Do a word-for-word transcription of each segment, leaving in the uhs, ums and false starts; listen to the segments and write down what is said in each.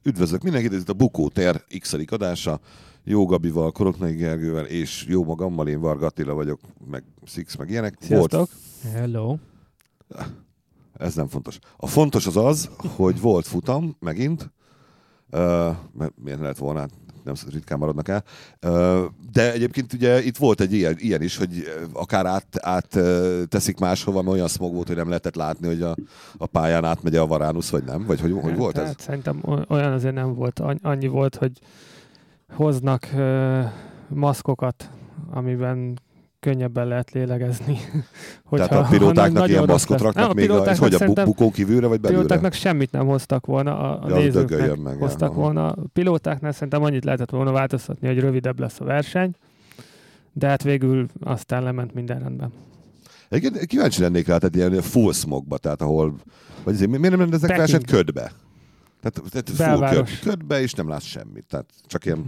Üdvözlök mindenkit, ez itt a Bukótér x-edik adása. Jó Gabival, Koroknai Gergővel és jó magammal, én Varga Attila vagyok, meg Six, meg ilyenek. Sziasztok! Volt... Hello! Ez nem fontos. A fontos az az, hogy volt futam, megint, uh, mert miért lehet volna, nem ritkán maradnak el, uh, de egyébként ugye itt volt egy ilyen, ilyen is, hogy akár át, át uh, teszik máshova, mert olyan smog volt, hogy nem lehetett látni, hogy a, a pályán átmegy a Varánusz, vagy nem? Vagy hogy, hogy volt ez? Hát, szerintem olyan azért nem volt. Annyi volt, hogy hoznak uh, maszkokat, amiben könnyebben lehet lélegezni. Tehát a pilótáknak ilyen maszkot raknak még, a, és hogy a bukón kívülre, vagy belülre? A pilótáknak semmit nem hoztak volna, a, a ja, nézőknek meg, hoztak aha. volna. A pilótáknál szerintem annyit lehetett volna változtatni, hogy rövidebb lesz a verseny, de hát végül aztán lement minden rendben. Egyébként kíváncsi lennék rá, tehát ilyen full smogba, tehát ahol, vagy azért, miért nem rendeznek versenyt ködbe? Tehát, tehát full köd, ködbe, és nem látsz semmit, tehát csak ilyen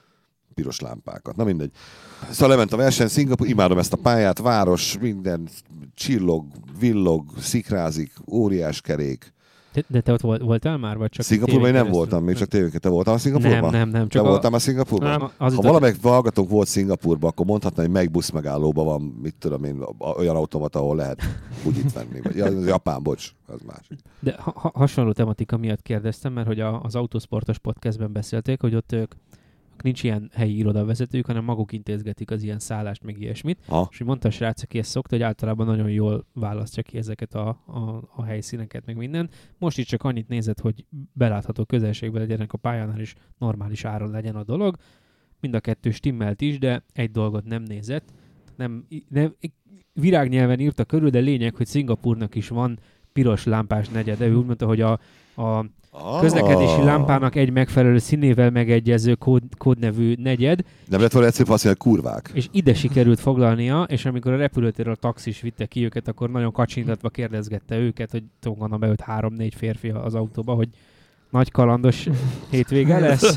piros lámpákat. Na mindegy. Szóval lement a verseny, Szingapúr, imádom ezt a pályát, város, minden csillog, villog, szikrázik, óriás kerék. De, de te ott voltál már, vagy csak Szingapúrban én nem voltam, még csak tévéket. Te voltál a Szingapúrban? Nem, nem, nem. Csak te a... voltál a Szingapúrban? Nem. Ha a... valamelyik hallgatónk volt Szingapúrban, akkor mondhatna, hogy melyik buszmegállóban van, mit tudom én, olyan automata, ahol lehet bugyit venni. Vagy az Japán, bocs, az másik. De ha- hasonló tematika miatt kérdeztem, mert hogy a, az Autosportos podcastben beszélték, hogy ott ők nincs ilyen helyi irodavezetők, hanem maguk intézgetik az ilyen szállást, meg ilyesmit. Ha. És mondta a srác, aki ezt szokta, hogy általában nagyon jól választja ki ezeket a, a, a helyszíneket, meg minden. Most itt csak annyit nézett, hogy belátható közelségben legyenek a pályánál, és normális áron legyen a dolog. Mind a kettő stimmelt is, de egy dolgot nem nézett. Nem, nem, virágnyelven írta körül, de lényeg, hogy Szingapúrnak is van piros lámpás negyede. Ő úgy mondta, hogy a, a közlekedési lámpának egy megfelelő színével megegyező kód, kódnevű negyed. Nem lett volna egyszerűbb azt mondani, hogy kurvák. És ide sikerült foglalnia, és amikor a repülőtérről a taxis vitte ki őket, akkor nagyon kacsintatva kérdezgette őket, hogy gondolom beült három-négy férfi az autóba, hogy nagy kalandos hétvége lesz.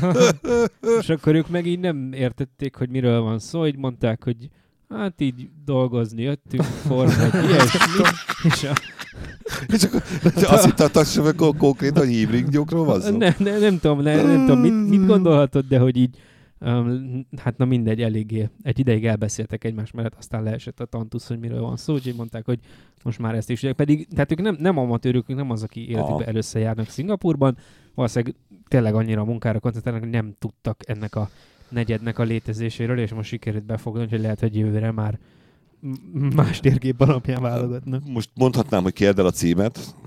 És akkor ők meg így nem értették, hogy miről van szó, így mondták, hogy hát így dolgozni jöttünk, Forma egy ilyesmi, és a és akkor azt hittem, hogy konkrétan, hogy híbrignyokról van szó? Nem, nem, nem tudom, nem, nem tudom mit, mit gondolhatod, de hogy így, um, hát na mindegy, eléggé egy ideig elbeszéltek egymás mellett, aztán leesett a tantusz, hogy miről van szó, úgyhogy mondták, hogy most már ezt is. Pedig, tehát ők nem, nem amatőrök, nem az, aki életükben először járnak Szingapúrban, valószínűleg tényleg annyira a munkára koncentrálnak, hogy nem tudtak ennek a negyednek a létezéséről, és most sikerült befoglalni, hogy lehet, hogy jövőre már más térkép alapján válogatnak. Most mondhatnám, hogy kérd el a címet,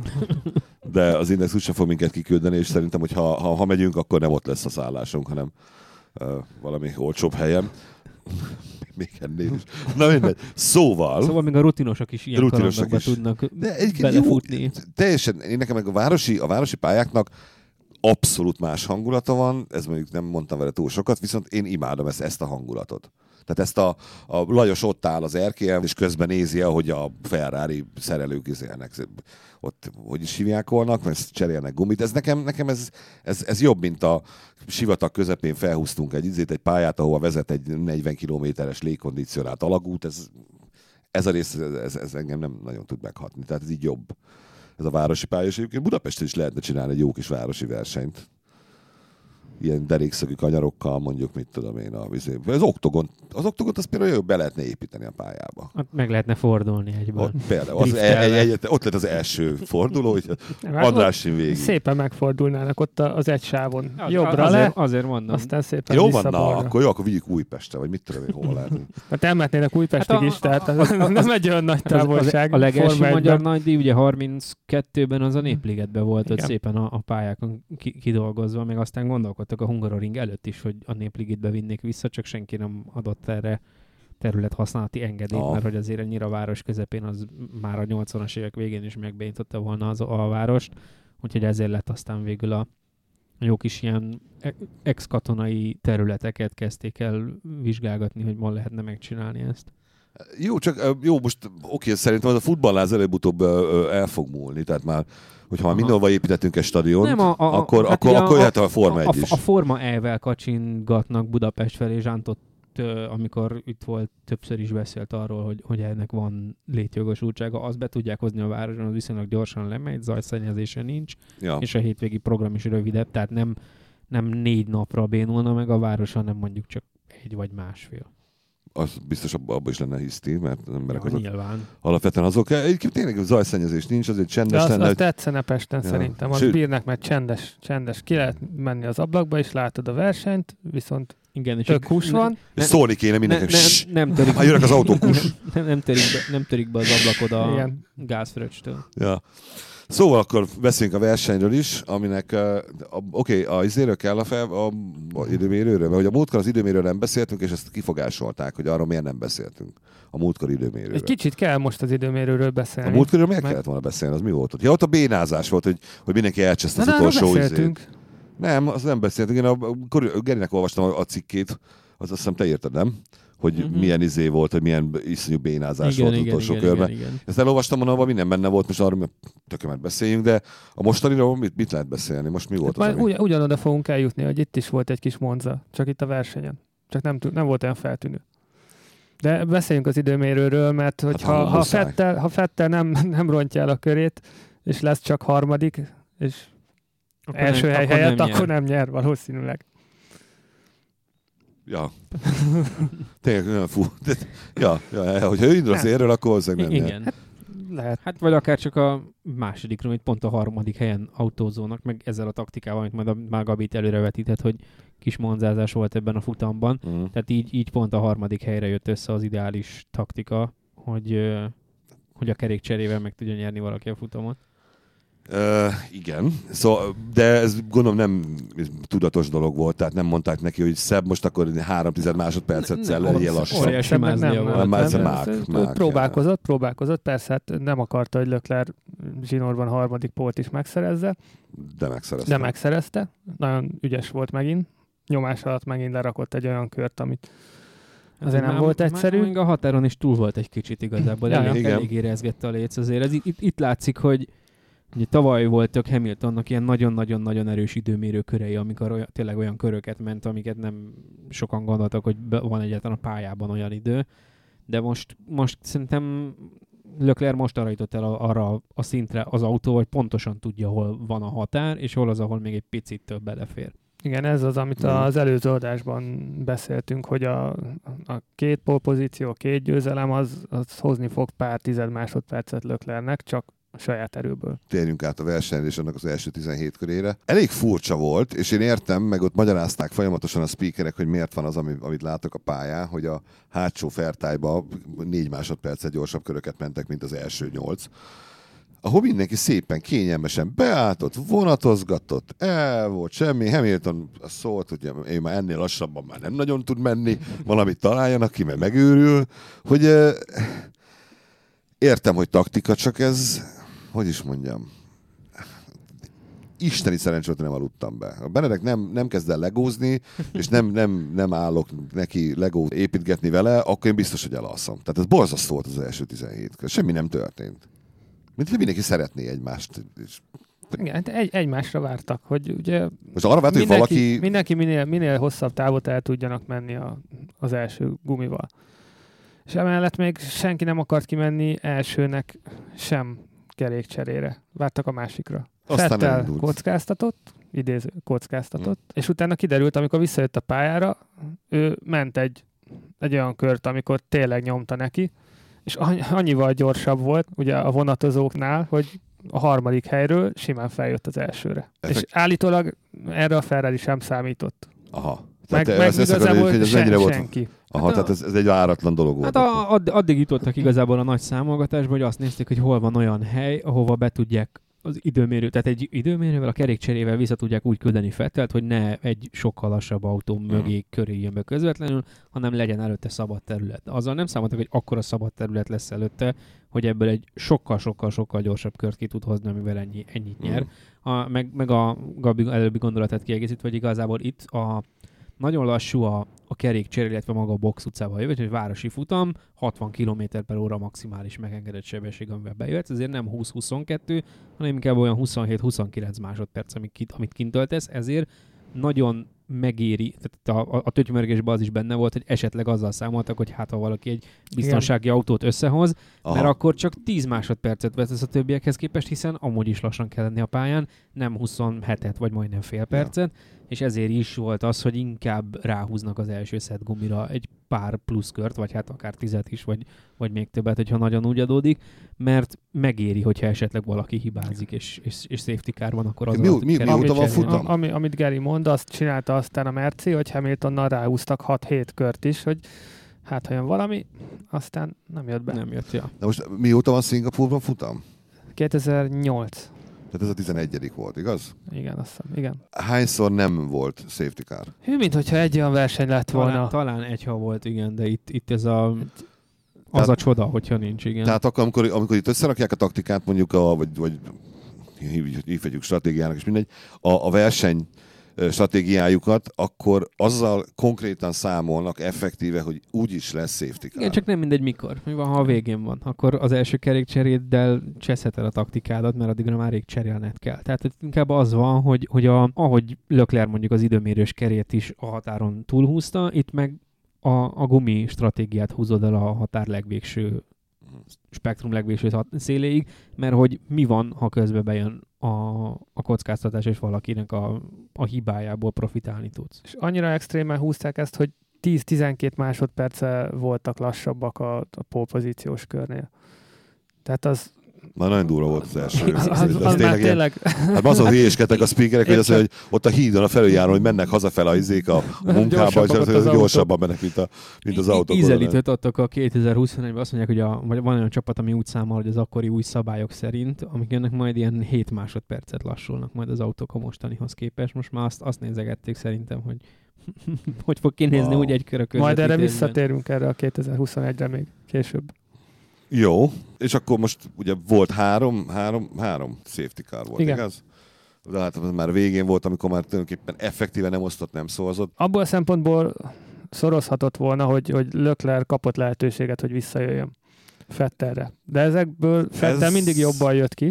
de az Index úgysem fog minket kiküldeni, és szerintem, hogy ha, ha, ha megyünk, akkor nem ott lesz a szállásunk, hanem uh, valami olcsóbb helyen. Még ennél is. Na mindegy. Szóval... Szóval még a rutinosok is ilyen kalandokba is tudnak de belefutni. Jó, teljesen, én nekem meg a városi, a városi pályáknak abszolút más hangulata van, ez mondjuk nem mondtam vele túl sokat, viszont én imádom ezt, ezt a hangulatot. Tehát ezt a, a Lajos ott áll az erkélyen, és közben nézi, ahogy a Ferrari szerelők izélnek. Ott, hogy is hívjákolnak, mert cserélnek gumit. Ez nekem, nekem ez, ez, ez jobb, mint a sivatag közepén felhúztunk egy izét, egy pályát, ahova vezet egy negyven kilométeres légkondicionált alagút. Ez, ez a rész, ez, ez engem nem nagyon tud meghatni. Tehát ez így jobb. Ez a városi pálya, és egyébként Budapesten is lehetne csinálni egy jó kis városi versenyt. Ilyen derékszögű kanyarokkal, mondjuk, mit tudom én, a vizé. Az oktogon, az oktogont az például jobb be lehetne építeni a pályába. Ott meg lehetne fordulni egyből. Ott, például, az e, egy, egy, ott lett az első forduló, hogy Andrásin végig. Szépen megfordulnának ott az egy sávon. Az, Jobbra azért, le, azért mondom. Aztán szépen jó van, na, akkor jó, akkor vigyük Újpestre, vagy mit tudom én, hol lehet. Hát elmehetnének Újpestig hát a, is, tehát az, az, nem egy olyan nagy távolság. Az, az, a legelső magyar nagydíj, ugye harminckettőben az a Népligetben volt, ott szépen a, a pályákon kidolgozva, meg aztán gondolkodtak a Hungaroring előtt is, hogy a Népligetbe vinnék vissza, csak senki nem adott erre területhasználati engedélyt, oh. mert hogy azért ennyire a város közepén az már a nyolcvanas évek végén is megbénította volna az, a várost, úgyhogy ezért lett aztán végül a jó kis ilyen ex-katonai területeket kezdték el vizsgálgatni, hogy hol lehetne megcsinálni ezt. Jó, csak jó, most oké, szerintem az a futballláz előbb-utóbb el fog múlni, tehát már hogyha már mindenhova építettünk egy stadiont, nem, a, a, akkor, hát akkor, akkor jöhet a Forma egy is. A, a Forma E-vel kacsingatnak Budapest felé, Zsántot most, amikor itt volt, többször is beszélt arról, hogy, hogy ennek van létjogosultsága, azt be tudják hozni a városon, az viszonylag gyorsan lemegy, zajszennyezése nincs, ja. és a hétvégi program is rövidebb, tehát nem, nem négy napra bénulna meg a város, hanem mondjuk csak egy vagy másfél. Az biztos abban is lenne hiszti, mert az emberek ja, azok nyilván. alapvetően azok. Egyébként tényleg zajszennyezés nincs, azért csendes az, lenne. Az tetszene Pesten ja. szerintem. Az Sőt. bírnak, mert csendes, csendes. Ki lehet menni az ablakba, és látod a versenyt, viszont igen, tök hús van. Ne, szólni kéne mindenkinek. Ne, ne, nem törik be. Jönnek az autókus. nem, nem, törik be, nem törik be az ablakod a gázfröccstől. Ja. Szóval akkor beszéljünk a versenyről is, aminek uh, oké, okay, a izéről kell a, fel, a, a időmérőről, mert hogy a múltkor az időmérőről nem beszéltünk, és ezt kifogásolták, hogy arról miért nem beszéltünk. A múltkor időmérőről. Egy kicsit kell most az időmérőről beszélni. A múltkor miért meg... kellett volna beszélni? Az mi volt ott? Ja, ott a bénázás volt, hogy, hogy mindenki elcseszt az Na, utolsó izét. Nem, az nem beszéltünk. Én a, a Gerinek olvastam a, a cikkét, az azt hiszem te érted, nem? Hogy uh-huh. milyen izé volt, hogy milyen iszonyú bénázás igen, volt igen, utolsó igen, körben. Igen, igen. Ezt elolvastam, mondom, minden benne volt, most arról tökémet beszéljünk, de a mostaniról mit, mit lehet beszélni? Most mi volt hát az, ami... ugy, ugyanoda fogunk eljutni, hogy itt is volt egy kis Monza, csak itt a versenyen. Csak nem, nem volt olyan feltűnő. De beszéljünk az időmérőről, mert hogy hát, ha, ha, Vettel, ha Vettel nem, nem rontja el a körét, és lesz csak harmadik, és akkor első nem, hely akkor helyett, nem akkor nem nyer valószínűleg. Ja. Tényleg olyan fú. Ja, ja, hogyha ő indul az érről, akkor hozzá nem igen. Hát, lehet. Hát vagy akár csak a másodikról, hogy pont a harmadik helyen autózónak, meg ezzel a taktikával, amit majd a, már Gabit előrevetített, hogy kis monzázás volt ebben a futamban. Uh-huh. Tehát így, így pont a harmadik helyre jött össze az ideális taktika, hogy, hogy a kerékcserével meg tudja nyerni valaki a futamot. Uh, igen, szóval, de ez gondolom nem tudatos dolog volt, tehát nem mondták neki, hogy szebb, most akkor három tized másodpercet szelleljél lassan. Óriási mázlia volt. Nem, nem, mák, mák, próbálkozott, próbálkozott, persze hát nem akarta, hogy Leclerc zsinórban harmadik pólt is megszerezze. De megszerezte. De megszerezte. Nagyon ügyes volt megint. Nyomás alatt megint lerakott egy olyan kört, amit azért nem, nem volt egyszerű. Még a határon is túl volt egy kicsit igazából. ja, elég, elég érezgette a léc azért. Ez itt, itt látszik, hogy ugye tavaly voltak Hamiltonnak ilyen nagyon-nagyon-nagyon erős időmérő körei, amikor olyan, tényleg olyan köröket ment, amiket nem sokan gondoltak, hogy van egyáltalán a pályában olyan idő. De most, most szerintem Leclerc most arra jutott el arra a szintre az autó, hogy pontosan tudja, hol van a határ, és hol az, ahol még egy picit több belefér. Igen, ez az, amit az előző adásban beszéltünk, hogy a, a két polpozíció, a két győzelem, az, az hozni fog pár tized másodpercet Leclercnek, csak a saját erőből. Térjünk át a versenyre és annak az első tizenhét körére. Elég furcsa volt, és én értem, meg ott magyarázták folyamatosan a speakerek, hogy miért van az, amit látok a pályán, hogy a hátsó fertályba négy másodpercet gyorsabb köröket mentek, mint az első nyolc. Ahol mindenki szépen, kényelmesen beálltott, vonatozgatott, el volt semmi. Hamilton szólt, hogy én már ennél lassabban már nem nagyon tud menni, valamit találjanak ki, mert megőrül. Hogy eh, értem, hogy taktika, csak ez, hogy is mondjam, isteni szerencsét nem aludtam be. A Benedek nem, nem kezd el legózni, és nem, nem, nem állok neki legót építgetni vele, akkor én biztos, hogy elalszom. Tehát ez borzasztó volt az első tizenhét. Semmi nem történt. Mint hogy mindenki szeretné egymást. Igen, egy, egymásra vártak, hogy ugye most arra várt, hogy valaki... mindenki minél, minél hosszabb távot el tudjanak menni a, az első gumival. És emellett még senki nem akart kimenni elsőnek sem kerékcserére. Vártak a másikra. Vettel kockáztatott, idéző kockáztatott, hmm. és utána kiderült, amikor visszajött a pályára, ő ment egy, egy olyan kört, amikor tényleg nyomta neki, és annyival gyorsabb volt ugye a vonatozóknál, hogy a harmadik helyről simán feljött az elsőre. Ezek... És állítólag erre a Ferrari sem számított. Aha. Meg, meg igazából hogy ez sen, volt... senki. Aha, hát tehát ez, ez egy áratlan dolog volt. Hát a, add, addig jutottak igazából a nagy számolgatásba, hogy azt nézték, hogy hol van olyan hely, ahova be tudják az időmérő, tehát egy időmérővel, a kerékcserével vissza tudják úgy küldeni Vettelt, hogy ne egy sokkal lassabb autó mögé hmm. köré jön be közvetlenül, hanem legyen előtte szabad terület. Azzal nem számoltak, hogy akkora szabad terület lesz előtte, hogy ebből egy sokkal-sokkal-sokkal gyorsabb kört ki tud hozni, amivel ennyi, ennyit nyer. Hmm. A, meg, meg a Gabi előbbi gondolatát kiegészítve, hogy igazából itt a nagyon lassú a, a kerékcseré, illetve maga a box utcába jövő, hogy városi futam, hatvan kilométer per óra maximális megengedett sebesség, amivel bejöhetsz, ezért nem húsz-huszonkettő, hanem inkább olyan huszonhét-huszonkilenc másodperc, amit, amit kint töltesz, ezért nagyon megéri, tehát a, a, a tötymörgésben az is benne volt, hogy esetleg azzal számoltak, hogy hát ha valaki egy biztonsági Igen. autót összehoz, Aha. mert akkor csak tíz másodpercet vesz a többiekhez képest, hiszen amúgy is lassan kell lenni a pályán, nem huszonhetet vagy majdnem fél percet, ja. és ezért is volt az, hogy inkább ráhúznak az első szett gumira egy pár plusz kört, vagy hát akár tizet is, vagy, vagy még többet, hogyha nagyon úgy adódik, mert megéri, hogyha esetleg valaki hibázik, és, és, és safety car van, akkor az mi, mi, mióta van futam? Ami, amit Geri mond, azt csinálta aztán a Merci, hogy Hamiltonnal ráhúztak hat-hét kört is, hogy hát ha jön valami, aztán nem jött be. Nem jött, ja. De most mióta van Szingapúrban futam? kétezer-nyolc. Tehát ez a tizenegyedik volt, igaz? Igen, azt hiszem, igen. Hányszor nem volt safety car? Hű, mint hogyha egy olyan verseny lett volna. Talán, talán egy, ha volt, igen, de itt, itt ez a... Az tehát, a csoda, hogyha nincs, igen. Tehát akkor, amikor, amikor itt összerakják a taktikát, mondjuk, a, vagy, vagy hívjuk stratégiának is mindegy, a, a verseny stratégiájukat, akkor azzal konkrétan számolnak effektíve, hogy úgyis lesz safety car. Igen, csak nem mindegy mikor. Mi van, ha a végén van? Akkor az első kerékcseréddel cseszheted a taktikádat, mert addigra már rég cserélned kell. Tehát inkább az van, hogy, hogy a, ahogy Leclerc mondjuk az időmérős kerét is a határon túlhúzta, itt meg a, a gumi stratégiát húzod el a határ legvégső spektrum legvégső széléig, mert hogy mi van, ha közben bejön a, a kockáztatás, és valakinek a, a hibájából profitálni tudsz. És annyira extrémen húzták ezt, hogy tíz-tizenkét másodperce voltak lassabbak a, a polpozíciós körnél. Tehát az... Már nagyon durva volt az első. Az, az, az, az tényleg, tényleg... Hát azon hülyéskedtek a speakerek, hogy, az, hogy ott a hídon a felüljáron, hogy mennek hazafele a izék a munkába, és az, az gyorsabban mennek, mint, a, mint az autók. Ízelítőt adtak a kétezer-huszonegyben, azt mondják, hogy a, vagy van olyan csapat, ami úgy számol, hogy az akkori új szabályok szerint, amik jönnek majd ilyen hét másodpercet lassulnak majd az autók a mostanihoz képest. Most már azt, azt nézegették szerintem, hogy hogy fog kinézni wow. úgy egy kör a Majd erre visszatérünk erre a kétezer-huszonegyre még később. Jó, és akkor most ugye volt három, három, három safety car volt, Igen. igaz? De hát már végén volt, amikor már tulajdonképpen effektíven nem osztott, nem szózott. Abból a szempontból szorozhatott volna, hogy, hogy Leclerc kapott lehetőséget, hogy visszajöjjön Vettelre. De ezekből Vettel Ez... mindig jobban jött ki.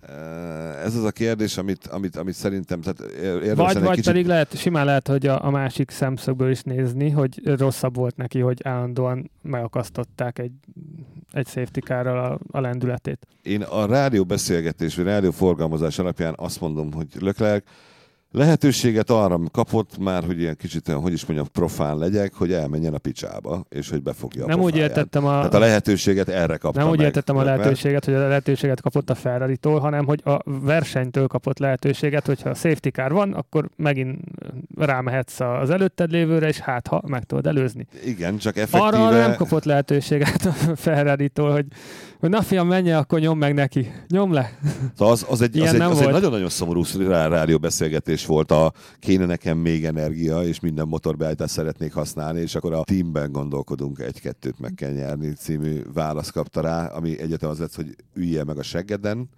Ez az a kérdés, amit, amit, amit szerintem tehát Vagy, vagy kicsit... pedig lehet, simán lehet, hogy a, a másik szemszögből is nézni, hogy rosszabb volt neki, hogy állandóan megakasztották egy, egy safety carral a, a lendületét. Én a rádióbeszélgetés, vagy rádióforgalmazás alapján azt mondom, hogy Leclerc lehetőséget arra kapott már, hogy ilyen kicsit, hogy is mondjam, profán legyek, hogy elmenjen a picsába, és hogy befogja a Nem pofáját. úgy értettem a... Tehát a lehetőséget erre kapta Nem meg. úgy értettem a lehetőséget, hogy a lehetőséget kapott a Ferraritól, hanem hogy a versenytől kapott lehetőséget, hogyha a safety car van, akkor megint rámehetsz az előtted lévőre, és hát ha meg tudod előzni. Igen, csak effektíve... Arra nem kapott lehetőséget a Ferraritól, hogy, hogy na fiam, menj, akkor nyom meg neki. Nyom le. Szóval az, az egy, az egy, az egy nagyon-nagyon szomorú rádióbeszélgetés volt, a kéne nekem még energia, és minden motorbeállítást szeretnék használni, és akkor a teamben gondolkodunk, egy-kettőt meg kell nyerni című választ kapta rá, ami egyetem az lett, hogy üljél meg a seggeden.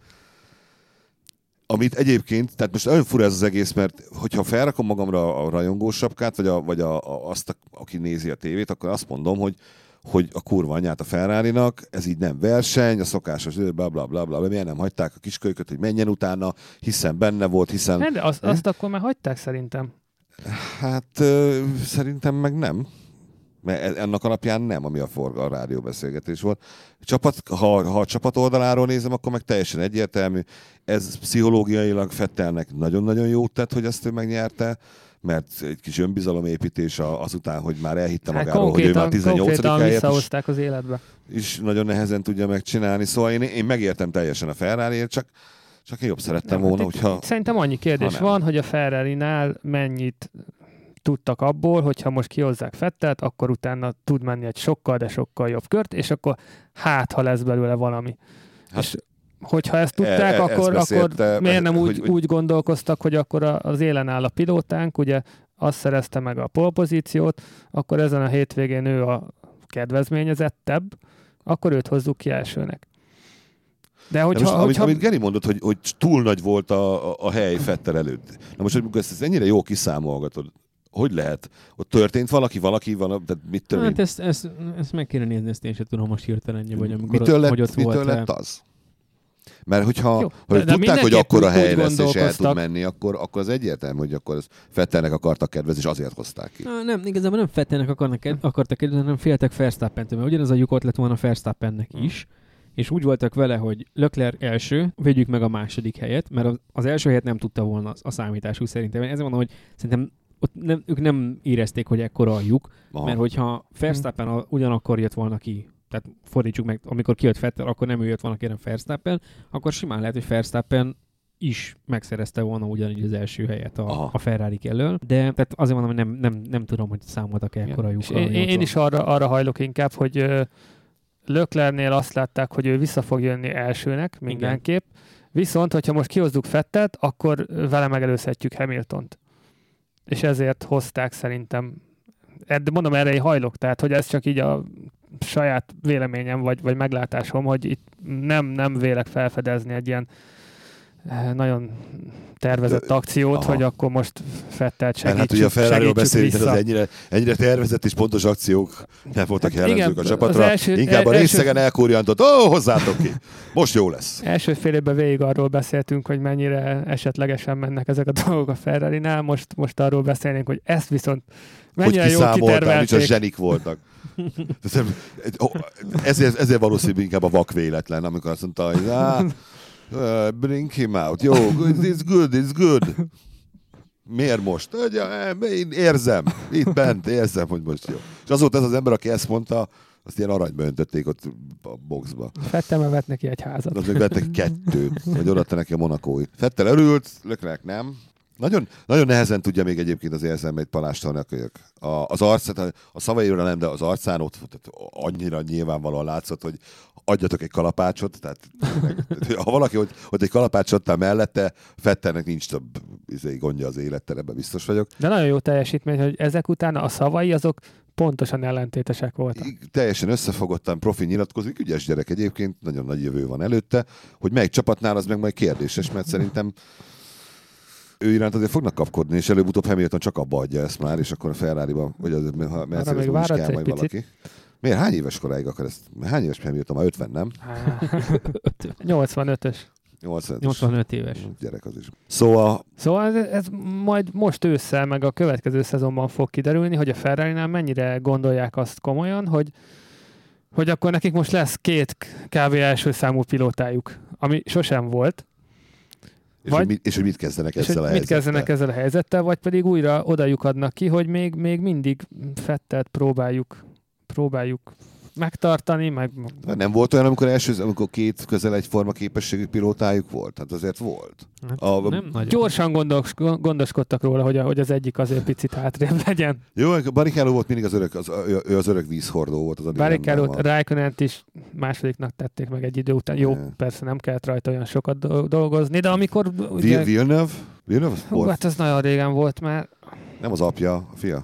Amit egyébként, tehát most olyan fura ez az egész, mert hogyha felrakom magamra a rajongós sapkát, vagy, a, vagy a, a, azt, a, aki nézi a tévét, akkor azt mondom, hogy hogy a kurva anyját a Ferrarinak, ez így nem verseny, a szokásos bla bla bla bla, miért nem hagyták a kiskölyköt, hogy menjen utána, hiszen benne volt, hiszen... De azt, azt akkor már hagyták szerintem. Hát ö, szerintem meg nem. Mert ennek alapján nem, ami a forga a rádióbeszélgetés volt. Csapat, ha, ha a csapat oldaláról nézem, akkor meg teljesen egyértelmű. Ez pszichológiailag Vettelnek nagyon-nagyon jót tett, hogy ezt ő megnyerte, mert egy kis önbizalomépítés azután, hogy már elhitte hát magáról, hogy ő már tizennyolcadik helyet visszahozták az életbe. És nagyon nehezen tudja megcsinálni. Szóval én, én megértem teljesen a Ferrariért, csak, csak én jobb szerettem nem, volna, hát hogyha... Szerintem annyi kérdés van, hogy a Ferrarinál mennyit tudtak abból, hogyha most kihozzák Vettelt, akkor utána tud menni egy sokkal, de sokkal jobb kört, és akkor hát, ha lesz belőle valami. Hát, és hogyha ezt tudták, e, akkor, beszélt, akkor miért nem úgy, hogy, úgy gondolkoztak, hogy akkor az élen áll a pilótánk, ugye azt szerezte meg a pole pozíciót, akkor ezen a hétvégén ő a kedvezményezettebb, akkor őt hozzuk ki elsőnek. De hogyha, most, hogyha... Amit, amit Geri mondott, hogy, hogy túl nagy volt a, a, a hely Vettel előtt. Na most, amikor ezt, ezt ennyire jó kiszámolgatod, hogy lehet? Ott történt valaki, valaki van, de mit történt? Hát ezt, ezt, ezt meg kéne nézni, ezt én sem tudom most hirtelen, vagy amikor mitől ott, lett, hogy ott mitől volt. lett az? Mert hogyha Jó, hogy de tudták, hogy akkor a hely lesz, és el tud menni, akkor, akkor az egyértelmű, hogy akkor Vettelnek akartak kedvezni, és azért hozták ki. Na, nem, igazából nem Vettelnek akarnak, akartak kedvezni, hanem féltek Verstappentől, mert ugyanaz a lyuk ott lett volna Verstappennek hmm. is, és úgy voltak vele, hogy Leclerc első, vegyük meg a második helyet, mert az első helyet nem tudta volna a számításuk szerintem. Ezért mondom, hogy szerintem ott nem, ők nem érezték, hogy ekkora a lyuk, Aha. mert hogyha Verstappen hmm. ugyanakkor jött volna ki, tehát fordítsuk meg, amikor kijött Vettel, akkor nem ő jött volna kérem Verstappen, akkor simán lehet, hogy Verstappen is megszerezte volna ugyanígy az első helyet a, a Ferrari elől, de tehát azért mondom, hogy nem, nem, nem tudom, hogy számoltak ekkora lyukkal. Én, én is arra, arra hajlok inkább, hogy uh, Leclercnél azt látták, hogy ő vissza fog jönni elsőnek mindenképp, Igen. viszont, hogyha most kihozzuk Vettelt, akkor vele megelőzhetjük Hamiltont. És ezért hozták szerintem, de mondom, erre én hajlok, tehát hogy ez csak így a saját véleményem, vagy, vagy meglátásom, hogy itt nem, nem vélek felfedezni egy ilyen nagyon tervezett akciót, Aha. hogy akkor most Vettelt segítsük, hát ugye a Ferrariról beszélünk, az ennyire, ennyire tervezett és pontos akciók nem voltak hát jellemzők igen, a csapatra. Első, Inkább a részegen első... elkurjantott, ó, oh, hozzátok ki! Most jó lesz. Első fél évben végig arról beszéltünk, hogy mennyire esetlegesen mennek ezek a dolgok a Ferrarinál, most, most arról beszélnénk, hogy ezt viszont mennyire jól kitervelték. Micsoda zsenik voltak. ezért, ezért valószínűleg inkább a vak véletlen, amikor azt mondta, hogy ah, Uh, bring him out. Jó, it's good, it's good. Miért most? Én érzem. Itt bent érzem, hogy most jó. És azóta ez az ember, aki ezt mondta, azt ilyen aranyba öntötték ott a boxba. Fettel vett neki egy házat. Az meg vett neki kettőt, vagy odaadta neki a monakói. Fettel örült, Leclerc nem. Nagyon, nagyon nehezen tudja még egyébként az érzelmeit palástolni a kölyök. A, az arcát, a, a szavaira nem, de az arcán ott tehát annyira nyilvánvalóan látszott, hogy adjatok egy kalapácsot, tehát ha valaki hogy, hogy egy kalapácsot mellette, Vettelnek nincs több izé, gondja az élettel, ebben biztos vagyok. De nagyon jó teljesítmény, hogy ezek után a szavai azok pontosan ellentétesek voltak. Teljesen összefogottan profi nyilatkozik, ügyes gyerek egyébként, nagyon nagy jövő van előtte, hogy melyik csapatnál az meg majd kérdéses, mert szerintem ő iránt azért fognak kapkodni, és előbb-utóbb Hamilton csak abba adja ezt már, és akkor a Ferrari-ban, vagy a Mercedes-ben is kell majd valaki. Picit. Miért? Hány éves koráig akar ezt? Hány éves Hamilton? Már ötven, nem? nyolcvanötös. nyolcvanötös. nyolcvanöt éves. Gyerek az is. Szóval... Szóval ez, ez majd most ősszel, meg a következő szezonban fog kiderülni, hogy a Ferrarinál mennyire gondolják azt komolyan, hogy, hogy akkor nekik most lesz két kávé első számú pilótájuk, ami sosem volt. És, vagy, hogy mit, és hogy mit kezdenek ezzel a mit helyzettel. kezdenek ezzel a helyzettel, vagy pedig újra odajuk adnak ki, hogy még, még mindig Vettelt próbáljuk, próbáljuk megtartani, meg... Nem volt olyan, amikor első, amikor két közel egyforma képességű pilótájuk volt? Hát azért volt. Hát a, nem a, gyorsan gondos, gondoskodtak róla, hogy, a, hogy az egyik azért picit hátrébb legyen. Jó, Barrichello volt mindig az örök, az, ő az örök vízhordó volt. Az Barrichello, Raikkonent is másodiknak tették meg egy idő után. Jó, ne. Persze nem kellett rajta olyan sokat dolgozni, de amikor... Ugye, Villeneuve? Villeneuve hú, hát ez nagyon régen volt már. Nem az apja, a fia?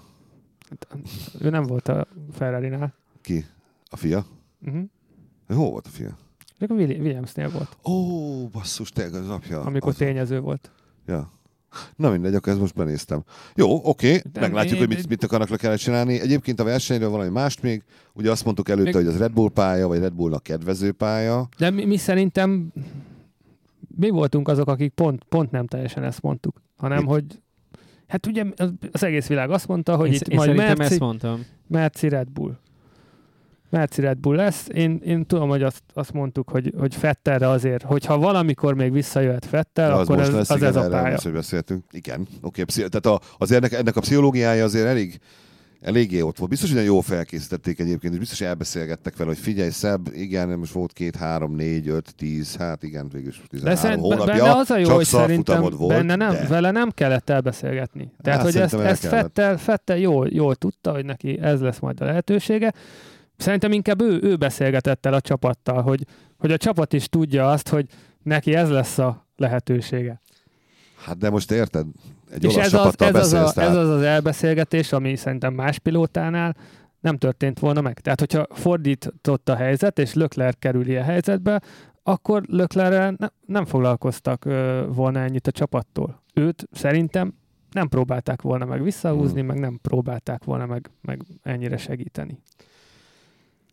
Ő nem volt a Ferrarinál. Ki? A fia? Uh-huh. Hol volt a fia? Még a Williamsnél volt. Ó, oh, basszus, tényleg az apja. Amikor az... tényező volt. Ja. Na mindegy, akkor ezt most benéztem. Jó, oké, okay. meglátjuk, én, hogy mit, mit akarnak le kellene csinálni. Egyébként a versenyről valami mást még. Ugye azt mondtuk előtte, még... hogy az Red Bull pálya, vagy Red Bullnak kedvező pálya. De mi, mi szerintem mi voltunk azok, akik pont, pont nem teljesen ezt mondtuk, hanem mit? Hogy hát ugye az egész világ azt mondta, hogy én, itt én majd Merci, ezt mondtam. Merci Red Bull. Merci Red Bull lesz. Én, én tudom, hogy azt, azt mondtuk, hogy, hogy Vettelre azért, hogyha valamikor még visszajöhet Vettel, az akkor ez, lesz, az igen, ez a pálya. Hogy beszéltünk. Igen, oké. Okay. Tehát a, azért ennek, ennek a pszichológiája azért elég, eléggé ott volt. Biztos, hogy jól felkészítették egyébként, és biztos elbeszélgettek vele, hogy figyelj, Szebb, igen, most volt két, három, négy, öt, tíz, hát igen, végülis tizenhárom hónapja. Benne az a jó, hogy szerintem volt, benne nem, de... vele nem kellett elbeszélgetni. Tehát, hát, hogy ezt, ezt Vettel, Vettel jól, jól tudta, hogy neki ez lesz majd a lehetősége. Szerintem inkább ő, ő beszélgetett el a csapattal, hogy, hogy a csapat is tudja azt, hogy neki ez lesz a lehetősége. Hát de most érted? Egy és olasz ez csapattal az, ez, beszélsz, az a, ez az az elbeszélgetés, ami szerintem más pilótánál nem történt volna meg. Tehát, hogyha fordított a helyzet, és Leclerc kerül ilyen helyzetbe, akkor Leclerc ne, nem foglalkoztak ö, volna ennyit a csapattól. Őt szerintem nem próbálták volna meg visszahúzni, hmm. meg nem próbálták volna meg, meg ennyire segíteni.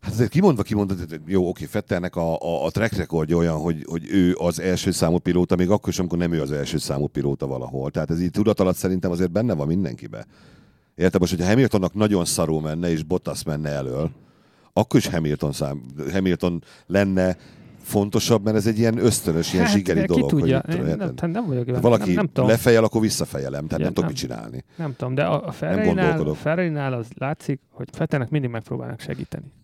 Hát azért kimondva kimondva, jó, oké, Vettelnek a, a, a track recordja olyan, hogy, hogy ő az első számú pilóta, még akkor is, amikor nem ő az első számú pilóta valahol. Tehát ez így tudat alatt szerintem azért benne van mindenkibe. Érted? Most, hogyha Hamiltonnak nagyon szarul menne, és Bottas menne elől, akkor is Hamilton, szám, Hamilton lenne fontosabb, mert ez egy ilyen ösztönös, ilyen hát, zsigeri dolog. Tudja? Hogy nem, nem, nem vagyok ha valaki nem, nem lefejel, akkor visszafejelem, tehát ja, nem tudom nem, mit csinálni. Nem tudom, de a, a Ferrari-nál, Ferrari-nál az látszik, hogy Vettelnek mindig megpróbálnak segíteni.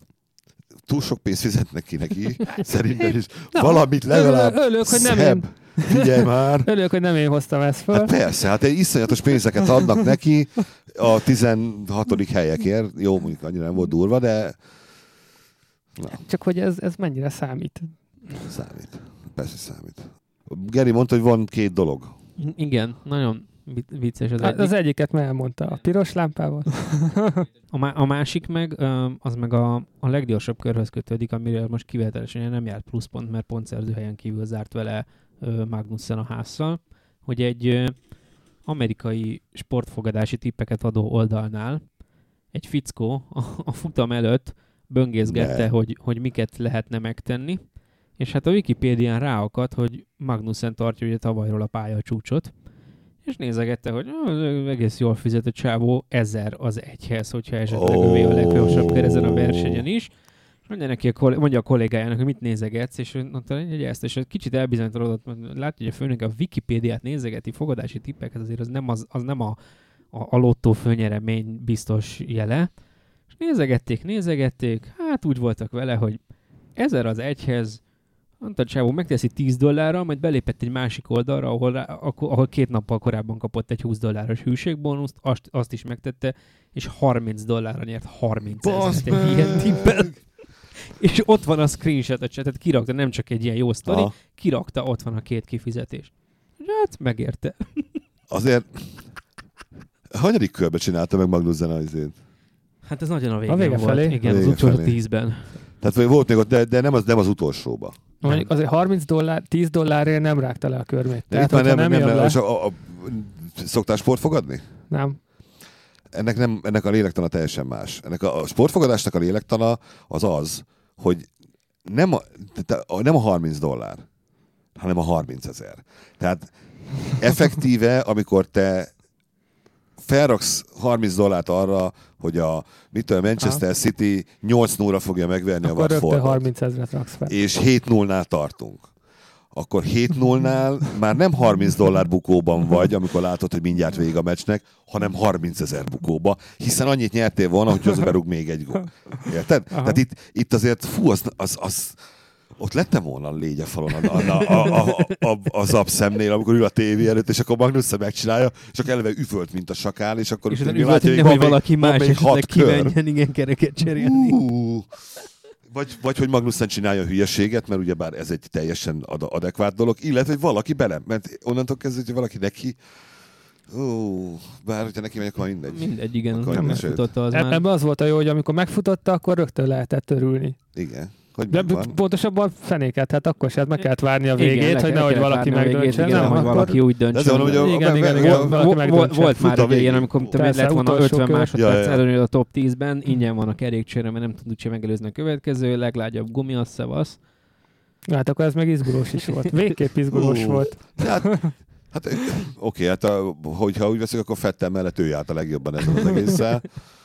Túl sok pénzt fizetnek ki neki, szerintem is. Na, valamit legalább örülök, hogy nem szebb. Én... Figyelj már! Örülök, hogy nem én hoztam ezt fel. Hát persze, hát egy iszonyatos pénzeket adnak neki a tizenhatodik helyekért. Jó, mondjuk annyira nem volt durva, de... Na. Csak hogy ez, ez mennyire számít? Számít. Persze számít. Geri mondta, hogy van két dolog. Igen, nagyon vicces az egyik. Az egyiket már elmondta, a piros lámpával. a, má- a másik meg, az meg a, a leggyorsabb körhöz kötődik, amiről most kivételesen nem járt pluszpont, mert pontszerző helyen kívül zárt vele Magnussen a Haasszal, hogy egy amerikai sportfogadási tippeket adó oldalnál egy fickó a, a futam előtt böngészgette, hogy, hogy miket lehetne megtenni, és hát a Wikipédián ráakadt, hogy Magnussen tartja ugye tavalyról a pályacsúcsot, és nézegette, hogy egész jól fizetett csávó, ezer az egyhez, hogyha esetleg oh. ő a leggyorsabb kör ezen a versenyen is. És mondja neki a, koll- mondja a kollégájának, hogy mit nézegetsz, és mondta, hogy ezt, és kicsit elbizonytalanodott, látja, hogy a főnök a Wikipédiát nézegeti, fogadási tippeket, azért az nem, az, az nem a, a, a lottó főnyeremény biztos jele. És nézegették, nézegették, hát úgy voltak vele, hogy ezer az egyhez, mondta, csávó megteszi tíz dollárra, majd belépett egy másik oldalra, ahol, rá, ahol két nappal korábban kapott egy húsz dolláros hűségbónuszt, azt, azt is megtette, és harminc dollárra nyert harminc ezeret egy ilyen tippel. És ott van a screenshot, tehát kirakta, nem csak egy ilyen jó sztori, aha. kirakta, ott van a két kifizetés. Hát megérte. Azért hanyadik körbe csinálta meg Magnussen azért? Hát ez nagyon a végén a vége volt. Felé. Igen, vége az utolsó felé. tízben. Tehát volt még ott, de, de nem, az, nem az utolsóba. Mondjuk azért harminc dollár, tíz dollárért nem rágta le a körmét. Tehát, nem, nem, nem, nem, nem le... a, a, szoktál sportfogadni? Nem. Ennek, nem, ennek a lélektana teljesen más. Ennek a, a sportfogadásnak a lélektana az az, hogy nem a, nem a harminc dollár, hanem a harminc ezer. Tehát effektíve, amikor te felraksz harminc dollárt arra, hogy a mit tudom, Manchester ha. City nyolc nullra fogja megverni akkor a Watfordot. Akkor harminc ezret raksz fel. És hét nullnál tartunk. Akkor hét nullnál már nem harminc dollár bukóban vagy, amikor látod, hogy mindjárt vég a meccsnek, hanem harminc ezer bukóba, hiszen annyit nyertél volna, hogy az berúg még egy gól. Érted? Aha. Tehát itt, itt azért, fú, az, az, az ott lettem volna a légy a falon a, a, a, a, a, a zapszemnél, amikor ül a tévé előtt, és akkor Magnussen megcsinálja, és akkor eleve üvölt, mint a sakál, és akkor... És utána üvölt, hogy nehogy valaki más esetleg kimenjen, igen, kereket cserélni. Uh, vagy, vagy hogy Magnussen csinálja a hülyeséget, mert ugyebár ez egy teljesen ad- adekvát dolog, illetve hogy valaki bele, mert onnantól kezdve, hogy valaki neki... Ó, bár hogyha neki megy, akkor mindegy. Mindegy, igen. Nem megfutotta az e- már. Ebben az volt a jó, hogy amikor megfutotta, akkor rögtön lehetett örülni. Igen. Hogy de van? Pontosabban fenéket, hát akkor sem meg kellett várni a végét, igen, hogy nehogy valaki megdöntse. Igen, hogy valaki úgy döntsön. Igen, igen, igen, valaki megdöntse. Volt már ugye ilyen, amikor lett volna ötven másodperc előnyöd a top tízben, ingyen van a kerékcsere, mert nem tud úgyse megelőzni a következő, leglágyabb gumi, az szevasz. Hát akkor ez meg izgulós is volt. Végképp izgulós volt. Hát oké, hát a, hogyha úgy veszik, akkor Vettel mellett ő járt a legjobban ezen az egésszel.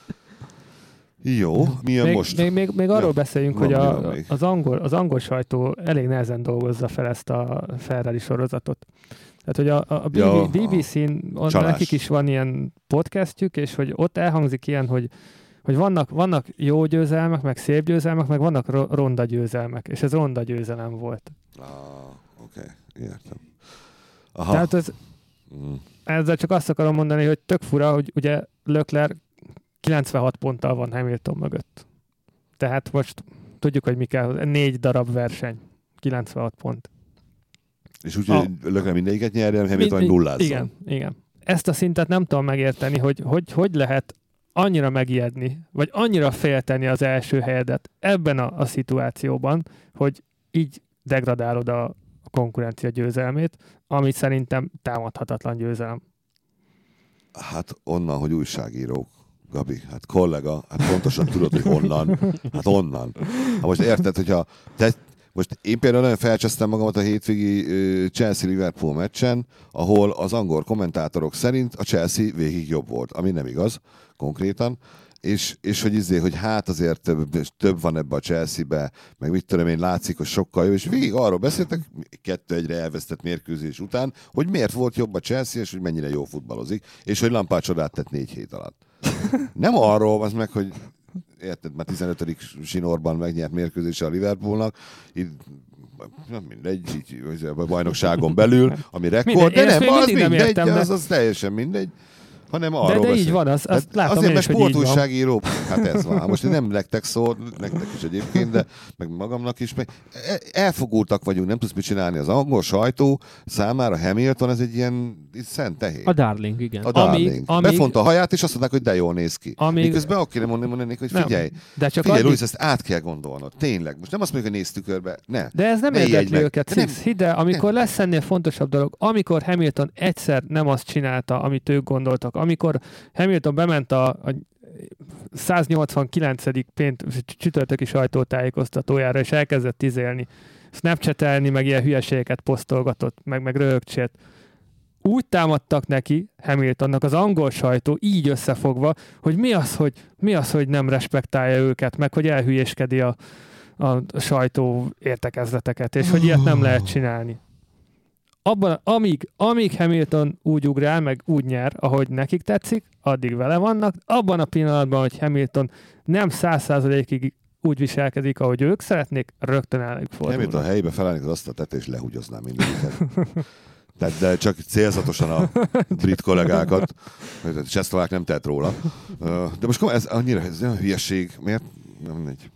Jó, milyen még, most? Még, még, még arról ja, beszéljünk, van, hogy a, az, angol, az angol sajtó elég nehezen dolgozza fel ezt a Ferrari sorozatot. Tehát, hogy a, a ja, bé bé cén nekik is van ilyen podcastjük, és hogy ott elhangzik ilyen, hogy, hogy vannak, vannak jó győzelmek, meg szép győzelmek, meg vannak ro- ronda győzelmek, és ez ronda győzelem volt. Ah, oké, okay, értem. Aha. Tehát ez, mm. ezzel csak azt akarom mondani, hogy tök fura, hogy ugye Leclerc kilencvenhat ponttal van Hamilton mögött. Tehát most tudjuk, hogy mi kell. Négy darab verseny. kilencvenhat pont. És úgy, hogy Leclerc mindegyiket nyerjen, Hamilton mind, nullázzon. Igen, igen. Ezt a szintet nem tudom megérteni, hogy hogy, hogy lehet annyira megijedni, vagy annyira félteni az első helyedet ebben a, a szituációban, hogy így degradálod a konkurencia győzelmét, ami szerintem támadhatatlan győzelem. Hát onnan, hogy újságírók Gabi, hát kollega, hát pontosan tudod, hogy honnan. Hát onnan. Hát most érted, hogyha te, most én például nagyon felcsesztem magamat a hétvégi uh, Chelsea-Liverpool meccsen, ahol az angol kommentátorok szerint a Chelsea végig jobb volt, ami nem igaz konkrétan, és, és hogy izé, hogy hát azért több, több van ebbe a Chelsea-be, meg mit tudom én, látszik, hogy sokkal jobb, és végig arról beszéltek, kettő egyre elvesztett mérkőzés után, hogy miért volt jobb a Chelsea, és hogy mennyire jó futballozik, és hogy Lampard csodát tett négy hét alatt. Nem arról az meg, hogy érted, már tizenötödik sinorban megnyert mérkőzése a Liverpoolnak, így nem mindegy, így, a bajnokságon belül, ami rekord, de nem, az mindegy, nem értem, az, az teljesen mindegy. Hanem arról de, de így van, az, azt hát látom azért, én mert is, sportújságíró, hát ez van. Most én nem nektek szól, nektek is egyébként, de meg magamnak is, meg elfogultak vagyunk, nem tudsz mit csinálni. Az angol sajtó számára Hamilton, ez egy ilyen szent tehén. A darling, igen. A darling. Amíg, amíg, Befonta a haját, és azt mondták, hogy de jól néz ki. Amíg, Miközben akkor kéne mondani, mondani, hogy figyelj, nem, de csak figyelj, addig... Louis, ezt át kell gondolnod. Tényleg. Most nem azt mondjuk, hogy nézd tükörbe. Ne. De ez nem ne érdekli őket. Nem, hidd el, amikor nem. lesz ennél fontosabb dolog, amikor Hamilton egyszer nem azt csinálta, amit ők gondoltak, amikor Hamilton bement a, a száznyolcvankilencedik pént csütörtöki sajtótájékoztatójára, és elkezdett izélni, snapchatelni, meg ilyen hülyeségeket posztolgatott, meg, meg röhögcsét. Úgy támadtak neki, Hamiltonnak az angol sajtó, így összefogva, hogy mi az, hogy, mi az, hogy nem respektálja őket, meg hogy elhülyéskedi a, a sajtó értekezleteket, és hogy ilyet nem lehet csinálni. Abban, amíg, amíg Hamilton úgy ugrál, meg úgy nyer, ahogy nekik tetszik, addig vele vannak. Abban a pillanatban, hogy Hamilton nem száz százalékig úgy viselkedik, ahogy ők szeretnék, rögtön elég fordulnak. Hamilton helyébe felállnék az asztalt tette, és lehugyoznám mindegyiket. Tehát, de csak célzatosan a brit kollégákat. Csehszlovák nem tehet róla. De most ez annyira ez olyan hülyeség. Miért? Nem mindegy.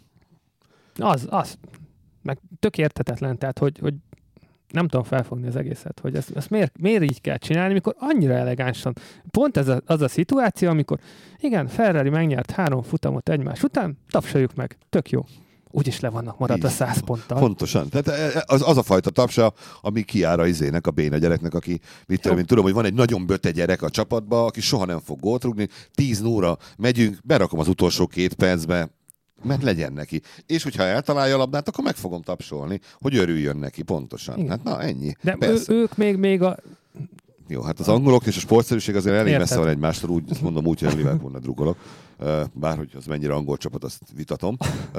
Az, az. Meg tök érthetetlen, tehát, hogy, hogy nem tudom felfogni az egészet, hogy ezt, ezt miért, miért így kell csinálni, amikor annyira elegánsan. Pont ez a, az a szituáció, amikor igen, Ferrari megnyert három futamot egymás után, tapsoljuk meg, tök jó. Úgyis le vannak maradva száz ponttal. Pontosan. Tehát az, az a fajta tapsa, ami kiára izének, a béna gyereknek, aki, mit tudom, én tudom, hogy van egy nagyon böte gyerek a csapatba, aki soha nem fog gólt rúgni, tíz nulla megyünk, berakom az utolsó két percbe, mert legyen neki. És hogyha eltalálja a labdát, akkor meg fogom tapsolni, hogy örüljön neki, pontosan. Igen. Hát na, ennyi. De ő, ők még, még a... Jó, hát az angolok és a sportszerűség azért elég Érted. messze van egymástól, úgy azt mondom úgy, hogy a Liverpoolnak drukkolok. Bárhogy az mennyire angol csapat, azt vitatom.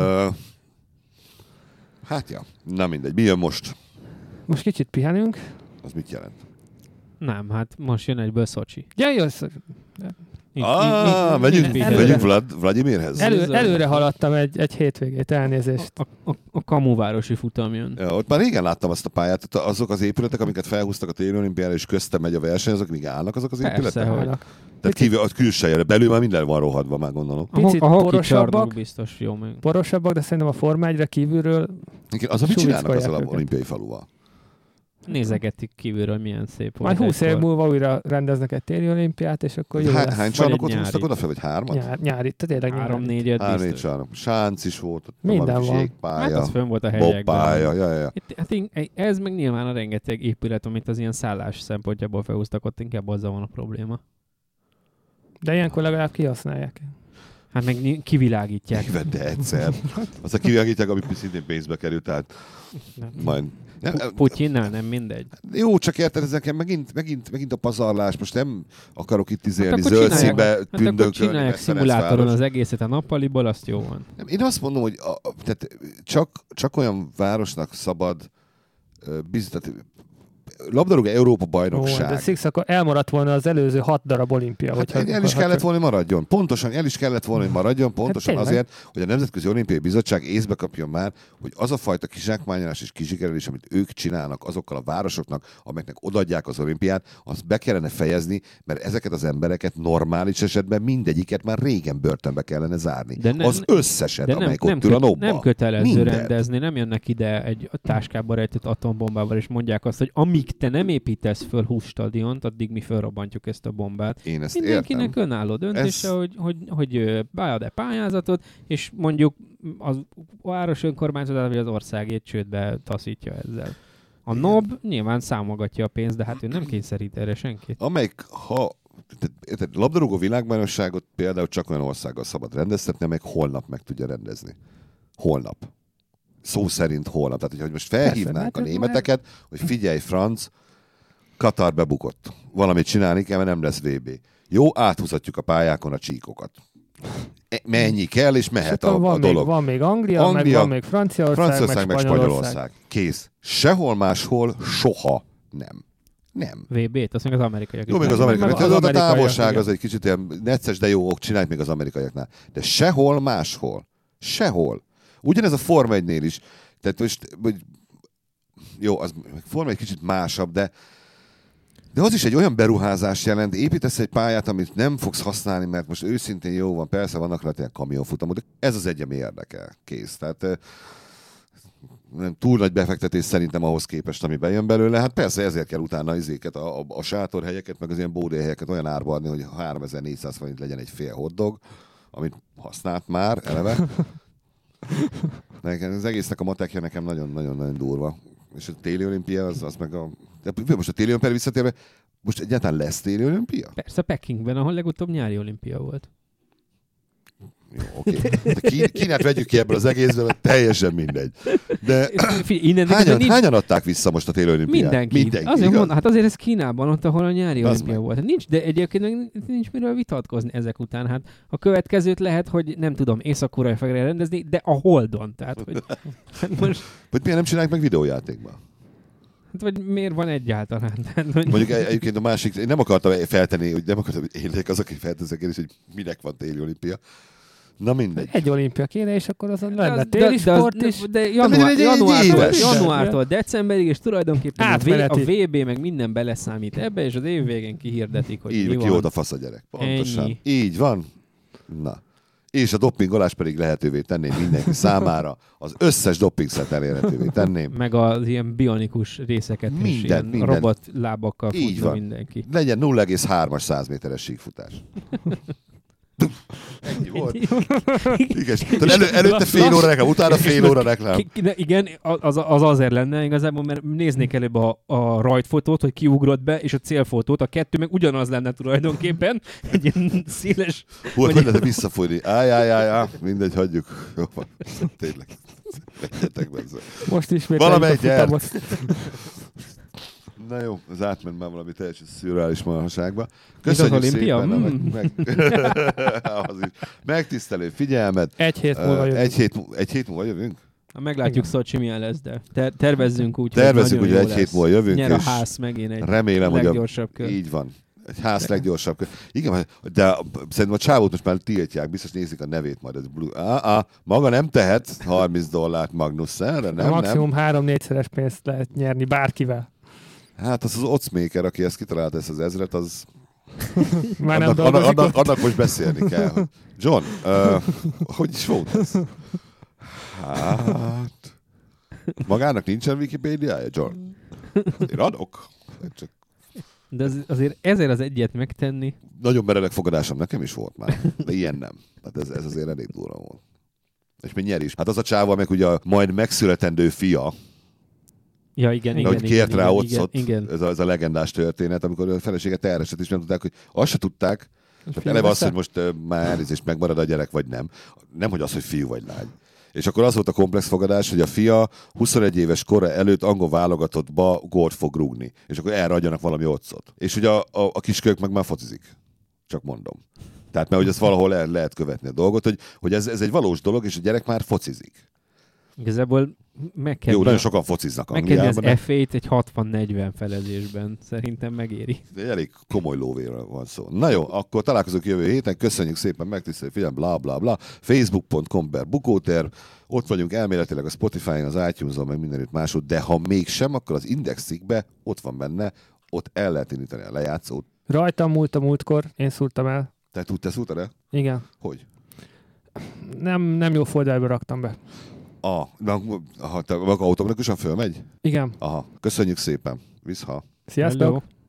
Hát ja, na mindegy. Mi jön most? Most kicsit pihenünk. Az mit jelent? Nem, hát most jön egyből Szocsi. Ja, jössz. Ah, megyünk, megyünk Vlad, Vladimirhez. Elő, előre haladtam egy, egy hétvégét, elnézést. A, a, a kamuvárosi futam jön. Ja, ott már régen láttam azt a pályát, azok az épületek, amiket felhúztak a téli olimpiára, és köztem megy a verseny, azok még állnak azok az épületek? Persze, állnak. Tehát kívül, a külsejére, belül már minden van rohadva, már gondolom. Picit a, a porosabbak, biztos jó még. Porosabbak, de szerintem a Forma egyre kívülről az, amit csinálnak az olimpiai faluval. Nézegetik kívülről, milyen szép volt. Majd húsz év múlva újra rendeznek egy téli olimpiát, és akkor jó Há, lesz. Hány csarnokot húztak oda fel, vagy hármat? Nyár, nyári, tehát tényleg Három, négyet Három, négy csarnok. Sánc is volt. Ott minden van. Jégpálya, hát az fönn volt a hegyekben. Bobbpálya, ja, ja. Itt, hát ez meg nyilván a rengeteg épület, amit az ilyen szállás szempontjából felhúztak, ott inkább azzal van a probléma. De ilyenkor legalább kihasználják. Hát meg kivilágítják. Igen, de egyszer. Azt a kivilágítják, ami szintén pénzbe került, tehát majd... Putyinnál nem mindegy. Jó, csak érted, ezeken megint, megint, megint a pazarlás. Most nem akarok itt izélni, hát zöld színbe hát tündökölni. Hát csinálják szimulátoron az egészet a nappaliból, azt jó van. Nem, én azt mondom, hogy a, tehát csak, csak olyan városnak szabad uh, biztos, labdarúgó Európa bajnokság. Ó, de Six, akkor elmaradt volna az előző hat darab olimpia. Hát el, el is kellett volna, hogy maradjon. Pontosan el is kellett volna, hogy maradjon. Pontosan hát azért, hogy a Nemzetközi Olimpiai Bizottság észbe kapjon már, hogy az a fajta kizsákmányolás és kizsikerülés, amit ők csinálnak azokkal a városoknak, amelyeknek odaadják az olimpiát, azt be kellene fejezni, mert ezeket az embereket normális esetben mindegyiket már régen börtönbe kellene zárni. De nem, az összeset, de amelyik nem, ott ül a nobba. Nem kötelező Mindent. rendezni, nem jönnek ide egy táskába rejtett atombombával, és mondják azt, hogy amíg te nem építesz föl hússtadiont, addig mi felrobbantjuk ezt a bombát. Én ezt Mindenkinek értem. önálló döntése, Ez... hogy, hogy, hogy pályad-e pályázatot, és mondjuk a város önkormányzat vagy az országét csődbe taszítja ezzel. A NOB nyilván számogatja a pénzt, de hát ő nem kényszerít erre senkit. Amelyik, ha Tehát labdarúgó világbajnokságot például csak olyan országgal szabad rendeztetni, amelyek holnap meg tudja rendezni. Holnap. Szó szerint holnap. Tehát, hogy most felhívnánk Persze, a németeket, már... hogy figyelj, franc, Katar bebukott. Valamit csinálni kell, mert nem lesz vé bé. Jó, áthúzhatjuk a pályákon a csíkokat. Mennyi kell, és mehet a, van a dolog. Még, van még Anglia, Anglia, meg van még Franciaország, Franciaország meg, meg Spanyolország. Spanyolország. Kész. Sehol máshol soha nem. Nem. vé bét, azt még az amerikaiak. Jó, még az amerikaiak. Az, az a távolság az egy kicsit ilyen necces, de jó, csinálják még az amerikaiaknál. De sehol máshol. Sehol. Ugyanez a Forma egynél is. Tehát most, jó, az Forma egy kicsit másabb, de de az is egy olyan beruházás jelent, építesz egy pályát, amit nem fogsz használni, mert most őszintén jó van, persze vannak rá ilyen kamionfutamok, de ez az egy, ami érdekel. Kész. Tehát nem, túl nagy befektetés szerintem ahhoz képest, ami bejön belőle. Hát persze ezért kell utána izéket, a, a, a sátorhelyeket, meg az ilyen bódéhelyeket olyan árba adni, hogy háromezer-négyszáz forint legyen egy fél hotdog, amit használt már eleve. Nekem az egésznek a matekja nekem nagyon-nagyon durva. És a téli olimpia, az, az meg a... De most a téli olimpia visszatérve, most egyáltalán lesz téli olimpia? Persze Pekingben, ahol legutóbb nyári olimpia volt. Jó, oké. Okay. Kínát vegyük ki ebből az egészből, mert teljesen mindegy. De Innen, hányan, nincs... hányan adták vissza most a téli olimpiát? Mindenki. Mindenki azért mond, hát azért ez Kínában, ott, ahol a nyári az olimpia meg. volt. Nincs, de egyébként meg nincs miről vitatkozni ezek után. Hát a következőt lehet, hogy nem tudom, Észak-Korea fogja rendezni, de a Holdon. Tehát, hogy, hát most... Vagy miért nem csinálják meg videójátékban? Hát, vagy miért van egyáltalán? Tehát, hogy... Mondjuk egyébként a másik, én nem akartam feltenni, hogy nem akartam, hogy én azok, aki felteszek kérdés, hogy minek van téli olimpia. Na mindegy. Egy olimpia kéne, és akkor azon lenne téli de, sport de, is. De, de január, de januártól, januártól decemberig, és tulajdonképpen a, a vé bé meg minden beleszámít ebbe, és az év végén kihirdetik, hogy így, mi ki van. volt a fasz a gyerek. Pontosan. Ennyi. Így van. Na. És a dopingolás pedig lehetővé tenném mindenki számára. Az összes dopingszet elérhetővé tenném. Meg az ilyen bionikus részeket minden, is, ilyen minden. robotlábakkal így futna van. mindenki. Legyen nulla egész hármas száz méteres síkfutás. Ennyi volt. Igen, elő, előtte fél óra reklám, utána fél óra reklám. Igen, az, az azért lenne igazából, mert néznék előbb a, a rajtfotót, hogy kiugrott be, és a célfotót, a kettő meg ugyanaz lenne tulajdonképpen. Egy ilyen széles... Hú, hogy lehet visszafolyni? Áj, áj, áj, áj, mindegy, hagyjuk. Jó, tényleg. Most ismét valamelyik nyert. Na jó, az átment már valami teljesen szürreális marhaságba. Köszönjük szépen. Mm. Meg, meg, az is. Megtisztelő figyelmet. Egy hét múlva jövünk. Egy hét, egy hét múlva jövünk? Meglátjuk Szocsi milyen lesz, de ter- tervezzünk úgy, tervezzük, hogy, hogy egy lesz. Hét múlva jövünk. Nyer a ház megint egy remélem, leggyorsabb hogy a, kör. így van. Egy ház de. leggyorsabb kör. Igen, de szerintem a csávót most már tiltják, biztos nézik a nevét majd. Ez Blue. Ah, ah, maga nem tehet harminc dollárt Magnus erre, nem? A maximum nem. három-négyszeres pénzt lehet nyerni bárkivel. Hát az az Ocmaker, aki ezt kitalálta, ezt az ezret, az... Már nem annak, annak, annak, annak most beszélni kell. John, uh, hogy is volt ez? Hát... Magának nincsen Wikipédiája, John? Én adok. Csak... De az, azért ezért az egyet megtenni... Nagyon meredek fogadásom nekem is volt már, de ilyen nem. Hát ez, ez azért elég durva volt. És még nyer is. Hát az a csáva, meg ugye a majd megszületendő fia, ja, igen, igen, hogy kért igen, rá igen, otcot, igen. Ez, a, ez a legendás történet, amikor a felesége terheset is nem tudták, hogy azt se tudták, tehát eleve az, hogy most uh, már elnézést megmarad a gyerek, vagy nem. Nem, hogy az, hogy fiú vagy lány. És akkor az volt a komplex fogadás, hogy a fia huszonegy éves kora előtt angol válogatottba gólt fog rúgni. És akkor erre adjanak valami otcot. És ugye a, a, a kiskölyök meg már focizik. Csak mondom. Tehát mert hogy ezt valahol le, lehet követni a dolgot, hogy, hogy ez, ez egy valós dolog, és a gyerek már focizik. Igazából meg kell... Jó, nagyon sokan fociznak Angliában. Meg kell az ef ét egy hatvan-negyven felezésben. Szerintem megéri. De elég komoly lóvéről van szó. Na jó, akkor találkozunk jövő héten. Köszönjük szépen, megtisztelő figyelem, bla bla bla. facebook pont com per bukóter. Ott vagyunk elméletileg a Spotify-on, az iTunes-on, meg mindenütt máshogy, de ha mégsem, akkor az Index cikkbe ott van benne, ott el lehet indítani a lejátszót. Rajtam múlt a múltkor, én szúrtam el. Te tud, te szúrtad el? Igen. Hogy? Nem, nem jó folderbe raktam be. Ah, ha te automatikusan fölmegy? Igen. Aha, köszönjük szépen. Viszha. Sziasztok! Hello.